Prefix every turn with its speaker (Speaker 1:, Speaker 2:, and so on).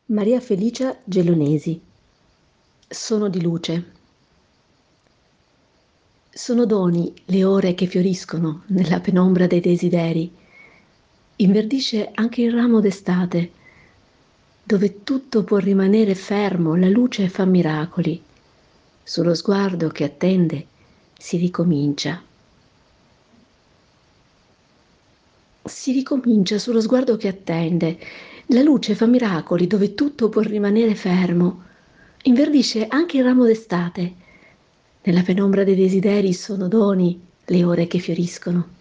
Speaker 1: Maria Felicia Gelonesi. Sono di luce. Sono doni le ore che fioriscono nella penombra dei desideri. Inverdisce anche il ramo d'estate, dove tutto può rimanere fermo, la luce fa miracoli. Sullo sguardo che attende si ricomincia. Si ricomincia sullo sguardo che attende. La luce fa miracoli dove tutto può rimanere fermo. Inverdisce anche il ramo d'estate. Nella penombra dei desideri sono doni le ore che fioriscono.